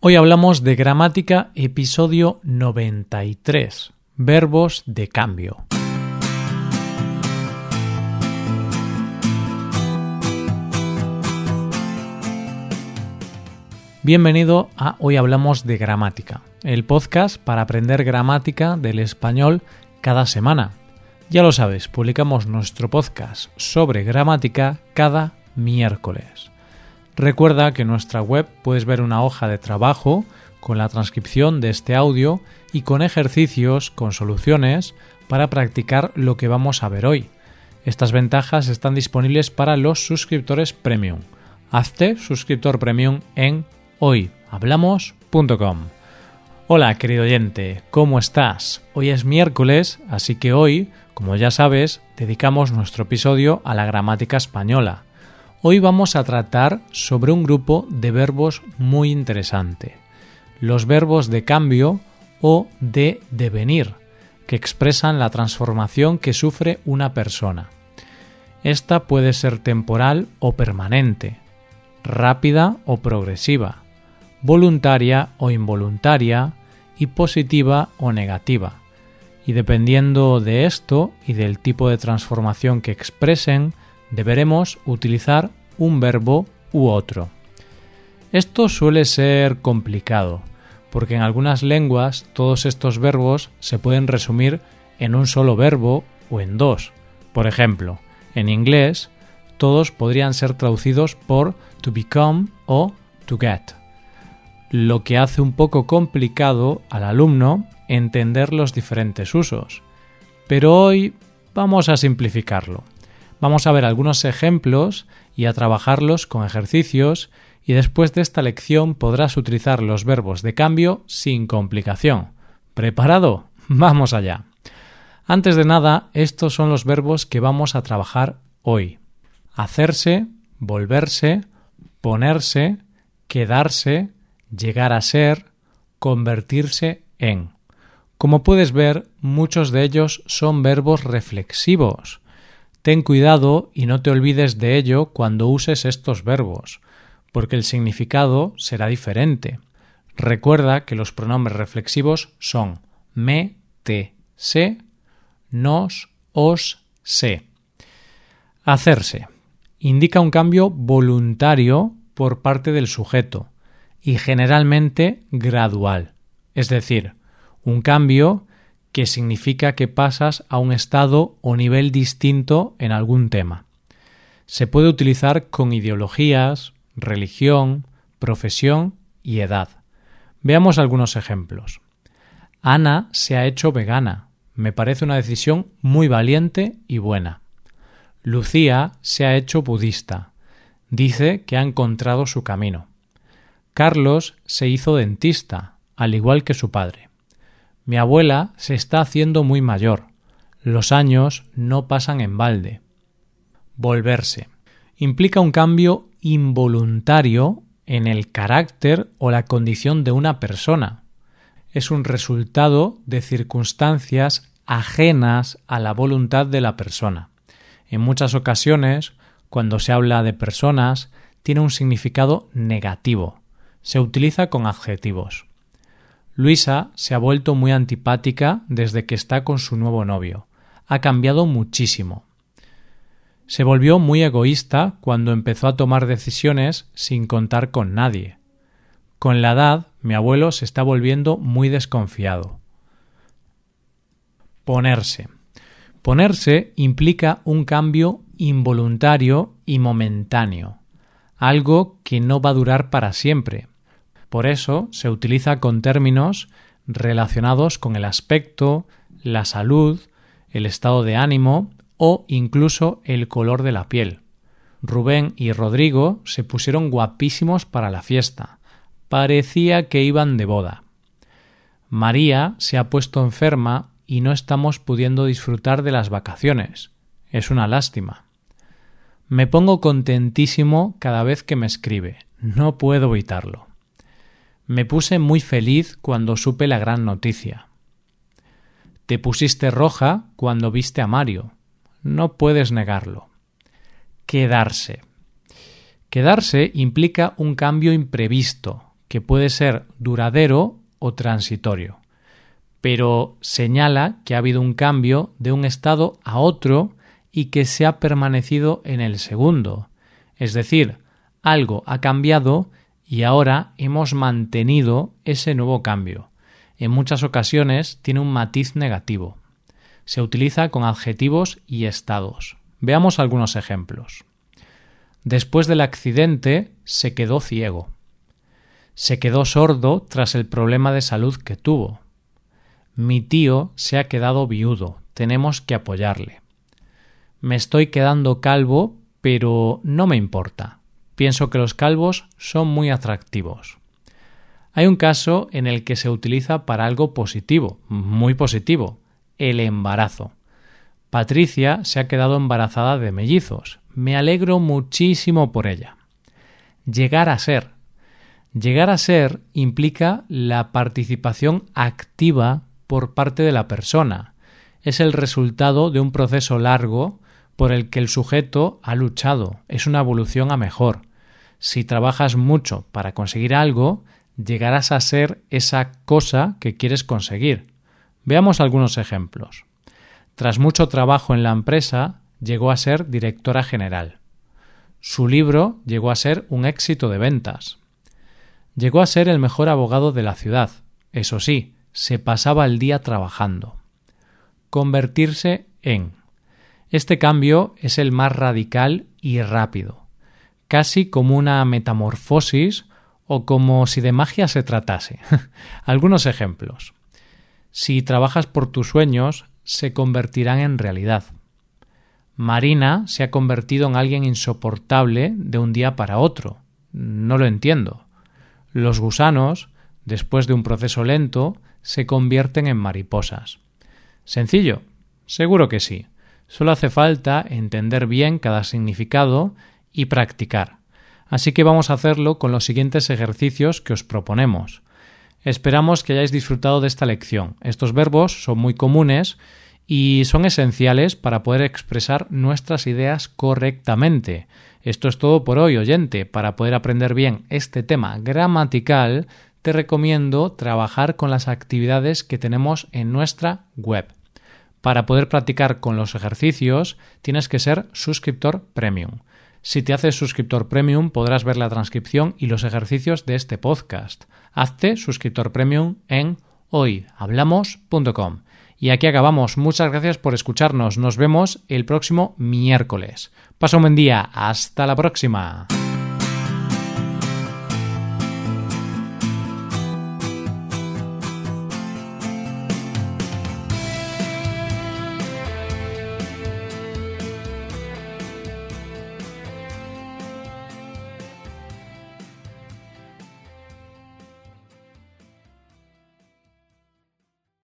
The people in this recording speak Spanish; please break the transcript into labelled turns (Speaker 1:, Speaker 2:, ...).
Speaker 1: Hoy hablamos de gramática, episodio 93, verbos de cambio. Bienvenido a Hoy hablamos de gramática, el podcast para aprender gramática del español cada semana. Ya lo sabes, publicamos nuestro podcast sobre gramática cada miércoles. Recuerda que en nuestra web puedes ver una hoja de trabajo con la transcripción de este audio y con ejercicios, con soluciones para practicar lo que vamos a ver hoy. Estas ventajas están disponibles para los suscriptores premium. Hazte suscriptor premium en hoyhablamos.com. Hola, querido oyente, ¿cómo estás? Hoy es miércoles, así que hoy, como ya sabes, dedicamos nuestro episodio a la gramática española. Hoy vamos a tratar sobre un grupo de verbos muy interesante, los verbos de cambio o de devenir, que expresan la transformación que sufre una persona. Esta puede ser temporal o permanente, rápida o progresiva, voluntaria o involuntaria y positiva o negativa. Y dependiendo de esto y del tipo de transformación que expresen, deberemos utilizar un verbo u otro. Esto suele ser complicado, porque en algunas lenguas todos estos verbos se pueden resumir en un solo verbo o en dos. Por ejemplo, en inglés, todos podrían ser traducidos por to become o to get, lo que hace un poco complicado al alumno entender los diferentes usos. Pero hoy vamos a simplificarlo. Vamos a ver algunos ejemplos y a trabajarlos con ejercicios y después de esta lección podrás utilizar los verbos de cambio sin complicación. ¿Preparado? ¡Vamos allá! Antes de nada, estos son los verbos que vamos a trabajar hoy. Hacerse, volverse, ponerse, quedarse, llegar a ser, convertirse en. Como puedes ver, muchos de ellos son verbos reflexivos. Ten cuidado y no te olvides de ello cuando uses estos verbos, porque el significado será diferente. Recuerda que los pronombres reflexivos son me, te, se, nos, os, se. Hacerse. Indica un cambio voluntario por parte del sujeto y generalmente gradual, es decir, un cambio que significa que pasas a un estado o nivel distinto en algún tema. Se puede utilizar con ideologías, religión, profesión y edad. Veamos algunos ejemplos. Ana se ha hecho vegana. Me parece una decisión muy valiente y buena. Lucía se ha hecho budista. Dice que ha encontrado su camino. Carlos se hizo dentista, al igual que su padre. Mi abuela se está haciendo muy mayor. Los años no pasan en balde. Volverse. Implica un cambio involuntario en el carácter o la condición de una persona. Es un resultado de circunstancias ajenas a la voluntad de la persona. En muchas ocasiones, cuando se habla de personas, tiene un significado negativo. Se utiliza con adjetivos. Luisa se ha vuelto muy antipática desde que está con su nuevo novio. Ha cambiado muchísimo. Se volvió muy egoísta cuando empezó a tomar decisiones sin contar con nadie. Con la edad, mi abuelo se está volviendo muy desconfiado. Ponerse. Ponerse implica un cambio involuntario y momentáneo, algo que no va a durar para siempre. Por eso se utiliza con términos relacionados con el aspecto, la salud, el estado de ánimo o incluso el color de la piel. Rubén y Rodrigo se pusieron guapísimos para la fiesta. Parecía que iban de boda. María se ha puesto enferma y no estamos pudiendo disfrutar de las vacaciones. Es una lástima. Me pongo contentísimo cada vez que me escribe. No puedo evitarlo. Me puse muy feliz cuando supe la gran noticia. Te pusiste roja cuando viste a Mario. No puedes negarlo. Quedarse. Quedarse implica un cambio imprevisto, que puede ser duradero o transitorio, pero señala que ha habido un cambio de un estado a otro y que se ha permanecido en el segundo. Es decir, algo ha cambiado y ahora hemos mantenido ese nuevo cambio. En muchas ocasiones tiene un matiz negativo. Se utiliza con adjetivos y estados. Veamos algunos ejemplos. Después del accidente se quedó ciego. Se quedó sordo tras el problema de salud que tuvo. Mi tío se ha quedado viudo. Tenemos que apoyarle. Me estoy quedando calvo, pero no me importa. Pienso que los calvos son muy atractivos. Hay un caso en el que se utiliza para algo positivo, muy positivo, el embarazo. Patricia se ha quedado embarazada de mellizos. Me alegro muchísimo por ella. Llegar a ser. Llegar a ser implica la participación activa por parte de la persona. Es el resultado de un proceso largo por el que el sujeto ha luchado. Es una evolución a mejor. Si trabajas mucho para conseguir algo, llegarás a ser esa cosa que quieres conseguir. Veamos algunos ejemplos. Tras mucho trabajo en la empresa, llegó a ser directora general. Su libro llegó a ser un éxito de ventas. Llegó a ser el mejor abogado de la ciudad. Eso sí, se pasaba el día trabajando. Convertirse en. Este cambio es el más radical y rápido, casi como una metamorfosis o como si de magia se tratase. Algunos ejemplos. Si trabajas por tus sueños, se convertirán en realidad. Marina se ha convertido en alguien insoportable de un día para otro. No lo entiendo. Los gusanos, después de un proceso lento, se convierten en mariposas. ¿Sencillo? Seguro que sí. Solo hace falta entender bien cada significado y practicar. Así que vamos a hacerlo con los siguientes ejercicios que os proponemos. Esperamos que hayáis disfrutado de esta lección. Estos verbos son muy comunes y son esenciales para poder expresar nuestras ideas correctamente. Esto es todo por hoy, oyente. Para poder aprender bien este tema gramatical, te recomiendo trabajar con las actividades que tenemos en nuestra web. Para poder practicar con los ejercicios, tienes que ser suscriptor premium. Si te haces suscriptor premium, podrás ver la transcripción y los ejercicios de este podcast. Hazte suscriptor premium en hoyhablamos.com. Y aquí acabamos. Muchas gracias por escucharnos. Nos vemos el próximo miércoles. Pasa un buen día. Hasta la próxima.